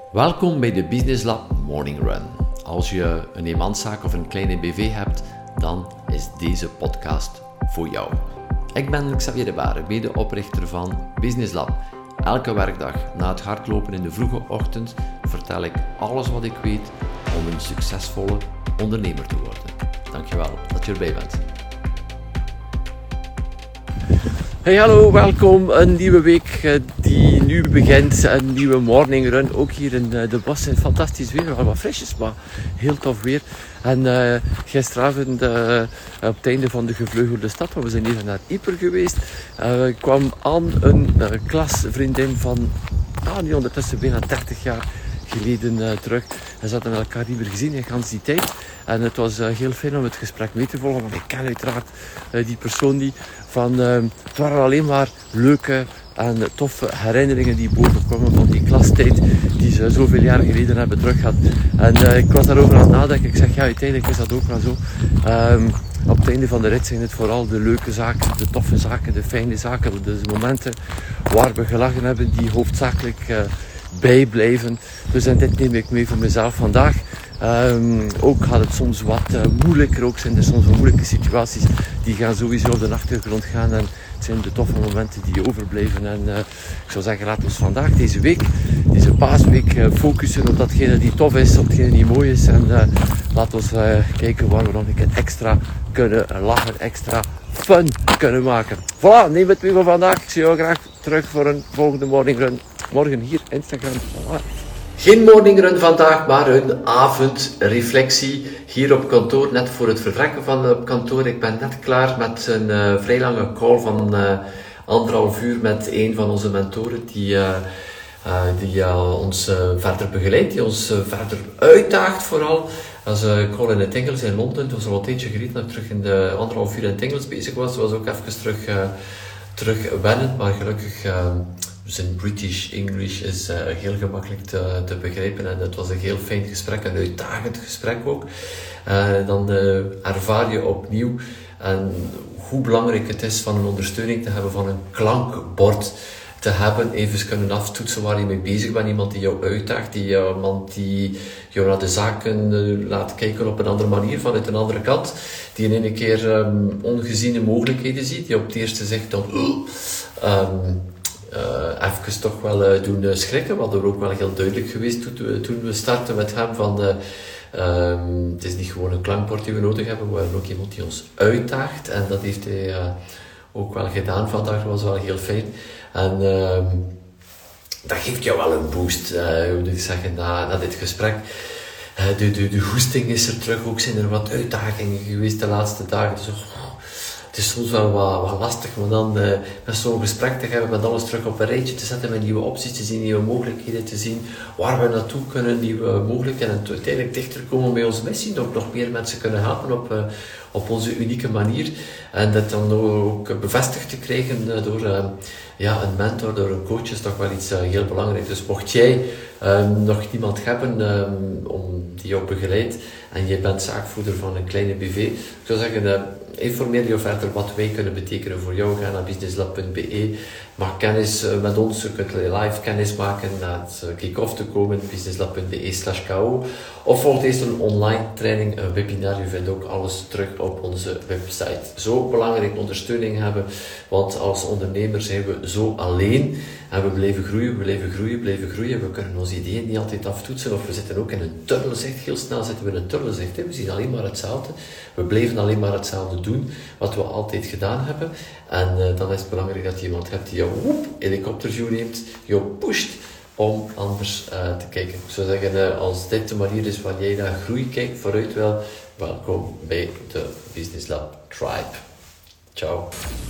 Welkom bij de Business Lab Morning Run. Als je een eenmanszaak of een kleine BV hebt, dan is deze podcast voor jou. Ik ben Xavier de Baren, medeoprichter van Business Lab. Elke werkdag na het hardlopen in de vroege ochtend vertel ik alles wat ik weet om een succesvolle ondernemer te worden. Dankjewel dat je erbij bent. Hey, hallo, welkom. Een nieuwe week die nu begint. Een nieuwe morning run. Ook hier in de bossen. Fantastisch weer. Wel wat frisjes, maar heel tof weer. En gisteravond op het einde van de gevleugelde stad, want we zijn even naar Yper geweest, kwam aan een klasvriendin van nu ondertussen bijna 30 jaar geleden terug. En ze hadden elkaar niet meer gezien in gans die tijd. En het was heel fijn om het gesprek mee te volgen, want ik ken uiteraard die persoon niet. Het waren alleen maar leuke en toffe herinneringen die bovenkwamen van die klastijd die ze zoveel jaren geleden hebben teruggehad. En ik was daarover aan het nadenken. Ik zeg, ja, uiteindelijk is dat ook wel zo. Op het einde van de rit zijn het vooral de leuke zaken, de toffe zaken, de fijne zaken, de momenten waar we gelachen hebben, die hoofdzakelijk bijblijven. Dus en dit neem ik mee voor mezelf vandaag. Ook gaat het soms wat moeilijker, ook zijn er soms wat moeilijke situaties die gaan sowieso op de achtergrond gaan en het zijn de toffe momenten die overblijven. En ik zou zeggen, laten we vandaag deze week, deze paasweek, focussen op datgene die tof is, op datgene die mooi is en laten we kijken waar we nog een keer extra kunnen lachen, extra fun kunnen maken. Voilà, neem het mee voor vandaag. Ik zie jou graag terug voor een volgende morning run. Morgen hier, Instagram. Voilà. Geen morning run vandaag, maar een avondreflectie hier op kantoor, net voor het vertrekken van op kantoor. Ik ben net klaar met een vrij lange call van 1,5 uur met een van onze mentoren die ons verder begeleidt, die ons verder uitdaagt vooral. Als call in het Engels in Londen, het was al een tijdje geleden dat ik terug in de 1,5 uur in het Engels bezig was. Het was ook even terug wennen, maar gelukkig zijn British English is heel gemakkelijk te begrijpen en het was een heel fijn gesprek, een uitdagend gesprek ook. Dan ervaar je opnieuw hoe belangrijk het is van een ondersteuning te hebben, van een klankbord te hebben, even kunnen aftoetsen waar je mee bezig bent, iemand die jou uitdaagt, iemand die jou naar de zaken laat kijken op een andere manier, vanuit een andere kant, die in een keer ongeziene mogelijkheden ziet, die op het eerste zegt dan even toch wel doen schrikken, wat er ook wel heel duidelijk geweest toen we starten met hem van het is niet gewoon een klankbord die we nodig hebben, we hebben ook iemand die ons uitdaagt en dat heeft hij ook wel gedaan vandaag, dat was wel heel fijn en dat geeft jou wel een boost, hoe moet ik zeggen, na dit gesprek. De hoesting is er terug, ook zijn er wat uitdagingen geweest de laatste dagen, dus het is soms wel wat lastig, maar dan met zo'n gesprek te hebben, met alles terug op een rijtje te zetten, met nieuwe opties te zien, nieuwe mogelijkheden te zien, waar we naartoe kunnen, nieuwe mogelijkheden en uiteindelijk dichter komen bij onze missie, nog meer mensen kunnen helpen op onze unieke manier en dat dan ook bevestigd te krijgen door een mentor, door een coach is toch wel iets heel belangrijk. Dus mocht jij nog niemand hebben die jou begeleidt en jij bent zaakvoerder van een kleine BV, ik zou zeggen, informeer je verder wat wij kunnen betekenen voor jou. Ga naar businesslab.be, maak kennis met ons, je kunt live kennis maken, naar het kick-off te komen, businesslab.be/ko, of volg deze een online training, een webinar, je vindt ook alles terug op onze website. Zo belangrijk ondersteuning hebben, want als ondernemer zijn we zo alleen en we blijven groeien, we kunnen onze ideeën niet altijd aftoetsen, of we zitten ook in een tunnelzicht, heel snel zitten we in een tunnelzicht, we zien alleen maar hetzelfde, we blijven alleen maar hetzelfde doen, wat we altijd gedaan hebben, en dan is het belangrijk dat je iemand hebt die jou helikopterview neemt, jou pusht om anders te kijken. Ik zou zeggen, als dit de manier is waar jij naar groei kijkt, vooruit wel, welkom bij de Business Lab Tribe. Ciao.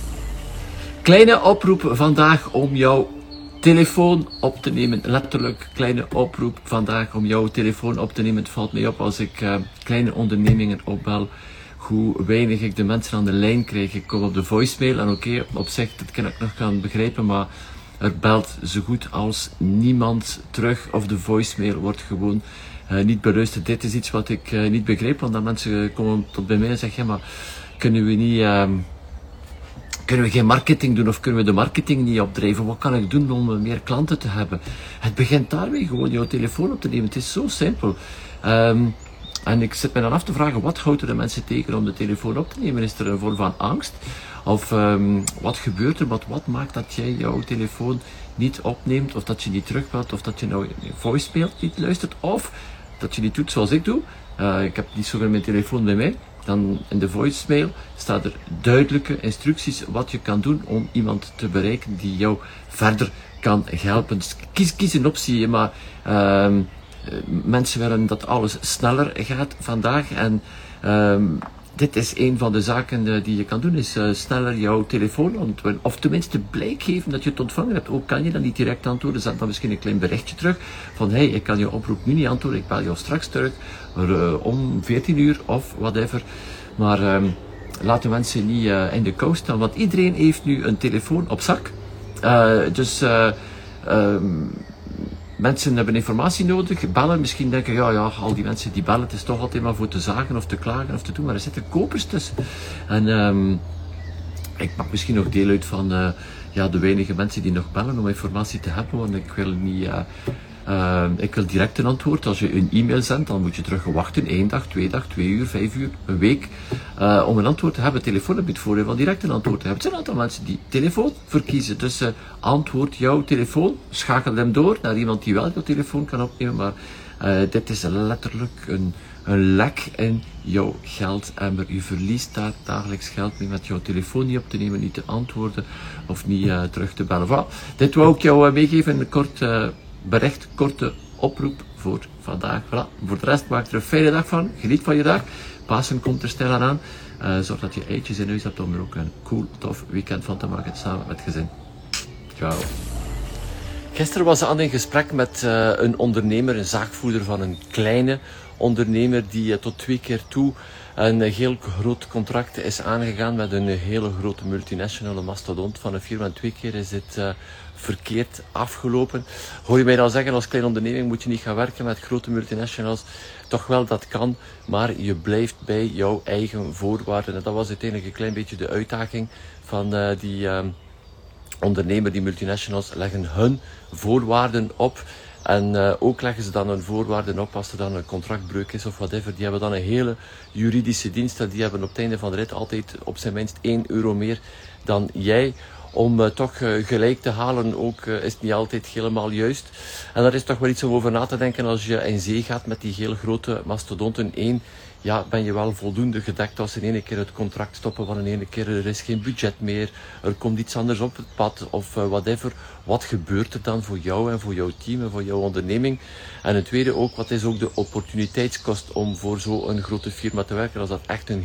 Kleine oproep vandaag om jouw telefoon op te nemen. Letterlijk kleine oproep vandaag om jouw telefoon op te nemen. Het valt mij op als ik kleine ondernemingen opbel, hoe weinig ik de mensen aan de lijn krijg. Ik kom op de voicemail en oké, op zich, dat kan ik nog gaan begrijpen, maar er belt zo goed als niemand terug of de voicemail wordt gewoon niet beluisterd. Dit is iets wat ik niet begrijp, want dan mensen komen tot bij mij en zeggen, ja, maar kunnen we Kunnen we geen marketing doen of kunnen we de marketing niet opdrijven? Wat kan ik doen om meer klanten te hebben? Het begint daarmee gewoon jouw telefoon op te nemen. Het is zo simpel. En ik zit me dan af te vragen, wat houdt er de mensen tegen om de telefoon op te nemen? Is er een vorm van angst? Of wat gebeurt er? Wat maakt dat jij jouw telefoon niet opneemt? Of dat je niet terugbelt? Of dat je nou je voicemail niet luistert? Of dat je niet doet zoals ik doe? Ik heb niet zoveel mijn telefoon bij mij. Dan in de voicemail staat er duidelijke instructies wat je kan doen om iemand te bereiken die jou verder kan helpen. Dus kies een optie, maar mensen willen dat alles sneller gaat vandaag. En dit is een van de zaken die je kan doen, is sneller jouw telefoon ontvangen. Of tenminste blijk geven dat je het ontvangen hebt. Ook kan je dan niet direct antwoorden, zet dan misschien een klein berichtje terug. Van hey, ik kan je oproep nu niet antwoorden, ik bel jou straks terug. Om 14 uur of whatever. Maar laat de mensen niet in de kou staan, want iedereen heeft nu een telefoon op zak. Mensen hebben informatie nodig, bellen, misschien denken, ja, al die mensen die bellen, het is toch altijd maar voor te zagen of te klagen of te doen, maar er zitten kopers tussen. En ik maak misschien nog deel uit van de weinige mensen die nog bellen om informatie te hebben, want ik wil niet... ik wil direct een antwoord. Als je een e-mail zendt, dan moet je terug wachten. 1 dag, 2 dag, 2 uur, 5 uur, een week. Om een antwoord te hebben. Telefoon heb je het voordeel van direct een antwoord te hebben. Het zijn een aantal mensen die telefoon verkiezen. Dus antwoord jouw telefoon. Schakel hem door naar iemand die wel jouw telefoon kan opnemen. Maar dit is letterlijk een lek in jouw geldemmer. Je verliest daar dagelijks geld mee met jouw telefoon niet op te nemen, niet te antwoorden of niet terug te bellen. Voilà. Dit wou ik jou meegeven. Een kort bericht, korte oproep voor vandaag. Voilà. Voor de rest, maak er een fijne dag van. Geniet van je dag. Pasen komt er snel aan. Zorg dat je eitjes in huis hebt om er ook een cool, tof weekend van te maken samen met het gezin. Ciao. Gisteren was Anne in gesprek met een ondernemer, een zaakvoerder van een kleine ondernemer die tot 2 keer toe een heel groot contract is aangegaan met een hele grote multinational, een mastodont van een firma. En 2 keer is dit verkeerd afgelopen. Hoor je mij dan zeggen, als kleine onderneming moet je niet gaan werken met grote multinationals. Toch wel, dat kan, maar je blijft bij jouw eigen voorwaarden. En dat was uiteindelijk een klein beetje de uitdaging van die ondernemer. Die multinationals leggen hun voorwaarden op. En ook leggen ze dan hun voorwaarden op als er dan een contractbreuk is of whatever. Die hebben dan een hele juridische dienst. En die hebben op het einde van de rit altijd op zijn minst €1 meer dan jij. Om toch gelijk te halen, ook is het niet altijd helemaal juist. En daar is toch wel iets om over na te denken als je in zee gaat met die heel grote mastodonten. Ben je wel voldoende gedekt als ze in ene keer het contract stoppen, van in ene keer er is geen budget meer, er komt iets anders op het pad of whatever. Wat gebeurt er dan voor jou en voor jouw team en voor jouw onderneming? En het tweede ook, wat is ook de opportuniteitskost om voor zo'n grote firma te werken, als dat echt een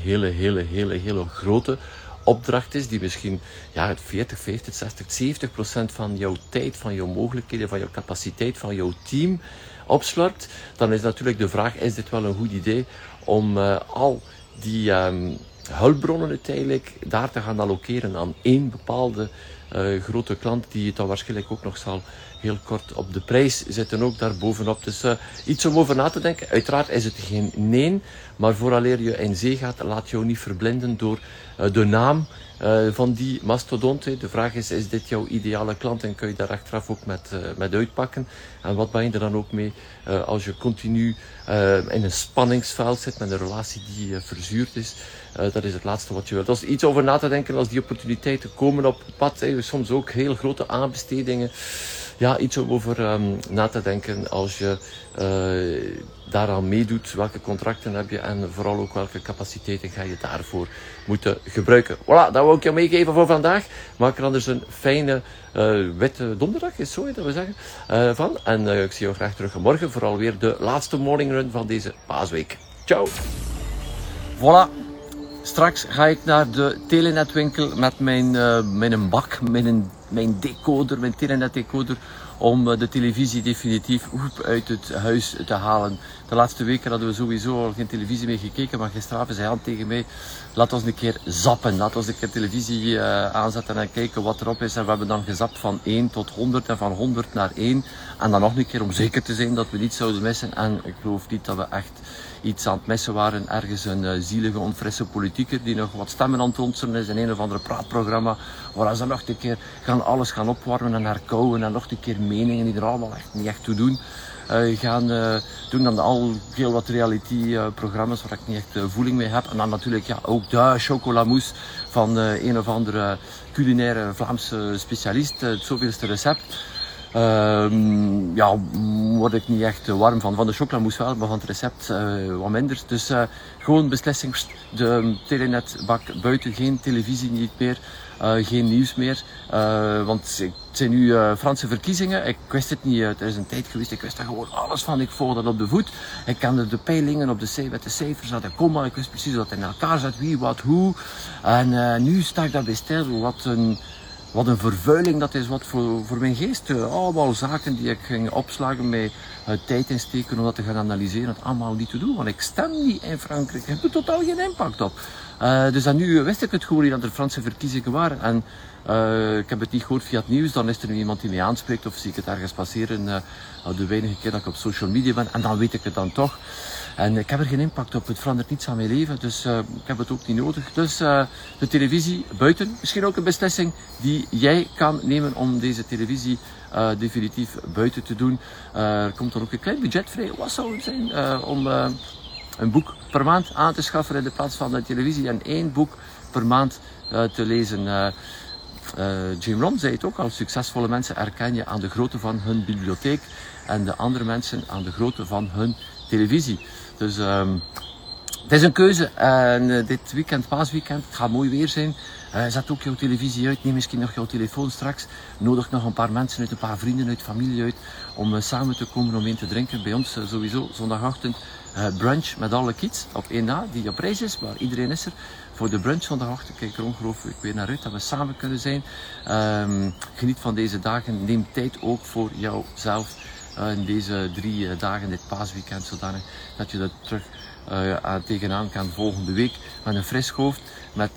hele grote opdracht is, die misschien 40, 50, 60, 70% van jouw tijd, van jouw mogelijkheden, van jouw capaciteit, van jouw team opslorpt, dan is natuurlijk de vraag, is dit wel een goed idee om al die hulpbronnen uiteindelijk daar te gaan allokeren aan één bepaalde grote klant, die het dan waarschijnlijk ook nog zal heel kort op de prijs zitten, ook daar bovenop. Dus iets om over na te denken. Uiteraard is het geen nee, maar vooraleer je in zee gaat, laat jou niet verblinden door de naam van die mastodont. De vraag is dit jouw ideale klant en kun je daar achteraf ook met uitpakken? En wat ben je er dan ook mee als je continu in een spanningsveld zit met een relatie die verzuurd is? Dat is het laatste wat je wilt. Dat is iets over na te denken als die opportuniteiten komen op het pad. Soms ook heel grote aanbestedingen. Ja, iets om over na te denken als je daaraan meedoet. Welke contracten heb je en vooral ook welke capaciteiten ga je daarvoor moeten gebruiken. Voilà, dat wil ik je meegeven voor vandaag. Maak er anders een fijne witte donderdag, is zo dat we zeggen, van. En ik zie jou graag terug morgen voor alweer de laatste morning run van deze paasweek. Ciao! Voilà. Straks ga ik naar de telenetwinkel met mijn bak, mijn decoder, mijn telenet decoder, om de televisie definitief uit het huis te halen. De laatste weken hadden we sowieso al geen televisie meer gekeken, maar gisteravond zei Jan tegen mij, laat ons een keer zappen, laat ons een keer televisie aanzetten en kijken wat erop is. En we hebben dan gezapt van 1 tot 100 en van 100 naar 1. En dan nog een keer om zeker te zijn dat we niet zouden missen. En ik geloof niet dat we echt iets aan het missen waren. Ergens een zielige, onfrisse politieker die nog wat stemmen aan het ronselen is in een of ander praatprogramma. Waar ze nog een keer alles gaan opwarmen en herkauwen en nog een keer meningen die er allemaal niet echt toe doen. Gaan doen dan al heel wat reality-programma's waar ik niet echt voeling mee heb. En dan natuurlijk ook de chocolamousse van een of andere culinaire Vlaamse specialist, het zoveelste recept. Word ik niet echt warm van. Van de chocolamousse wel, maar van het recept wat minder. Dus gewoon beslissing, de telenetbak buiten, geen televisie niet meer. Geen nieuws meer, want het zijn nu Franse verkiezingen. Ik wist het niet, er is een tijd geweest, ik wist daar gewoon alles van. Ik volg dat op de voet. Ik kende de peilingen op met de cijfers, dat ik kom, ik wist precies wat in elkaar zat, wie, wat, hoe. En nu sta ik daarbij stil, wat een vervuiling dat is, wat voor mijn geest. Allemaal zaken die ik ging opslagen, mij tijd insteken om dat te gaan analyseren, het allemaal niet te doen. Want ik stem niet in Frankrijk, ik heb er totaal geen impact op. Dus nu wist ik het gewoon niet dat er Franse verkiezingen waren. En ik heb het niet gehoord via het nieuws, dan is er nu iemand die mij aanspreekt of zie ik het ergens passeren. De weinige keer dat ik op social media ben en dan weet ik het dan toch. En ik heb er geen impact op, het verandert niets aan mijn leven, dus ik heb het ook niet nodig. Dus de televisie buiten, misschien ook een beslissing die jij kan nemen om deze televisie definitief buiten te doen. Er komt dan ook een klein budget vrij, wat zou het zijn om een boek per maand aan te schaffen in de plaats van de televisie en 1 boek per maand te lezen. Jim Rohn zei het ook al, succesvolle mensen herken je aan de grootte van hun bibliotheek en de andere mensen aan de grootte van hun televisie. Dus het is een keuze en dit weekend, paasweekend, het gaat mooi weer zijn. Zet ook jouw televisie uit, neem misschien nog jouw telefoon straks. Nodig nog een paar mensen uit, een paar vrienden uit, familie uit om samen te komen om een te drinken. Bij ons sowieso zondagochtend brunch met alle kids op 1 na, die op reis is, maar iedereen is er. Voor de brunch zondagochtend, kijk er ongelooflijk weer naar uit dat we samen kunnen zijn. Geniet van deze dagen, neem tijd ook voor jouzelf in deze 3 dagen, dit paasweekend, zodanig dat je er terug tegenaan kan volgende week met een fris hoofd, met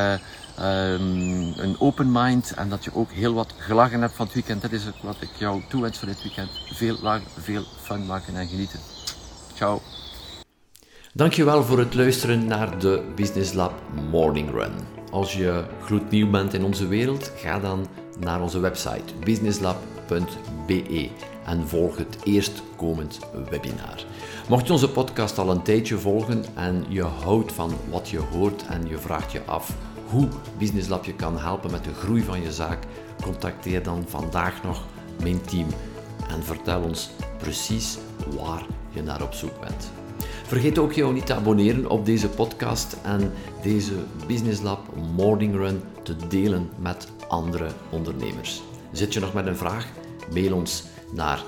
een open mind en dat je ook heel wat gelachen hebt van het weekend. Dat is wat ik jou toewens voor dit weekend. Veel fun maken en genieten. Ciao. Dankjewel voor het luisteren naar de Business Lab Morning Run. Als je gloednieuw bent in onze wereld, ga dan naar onze website businesslab.be en volg het eerstkomend webinar. Mocht je onze podcast al een tijdje volgen en je houdt van wat je hoort en je vraagt je af hoe Business Lab je kan helpen met de groei van je zaak, contacteer dan vandaag nog mijn team en vertel ons precies waar je naar op zoek bent. Vergeet ook jou niet te abonneren op deze podcast en deze Business Lab Morning Run te delen met andere ondernemers. Zit je nog met een vraag? Mail ons naar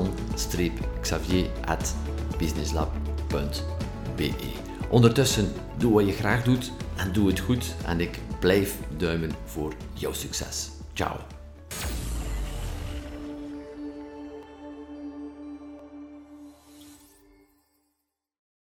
an-xavier@businesslab.be. Ondertussen, doe wat je graag doet en doe het goed en ik blijf duimen voor jouw succes. Ciao.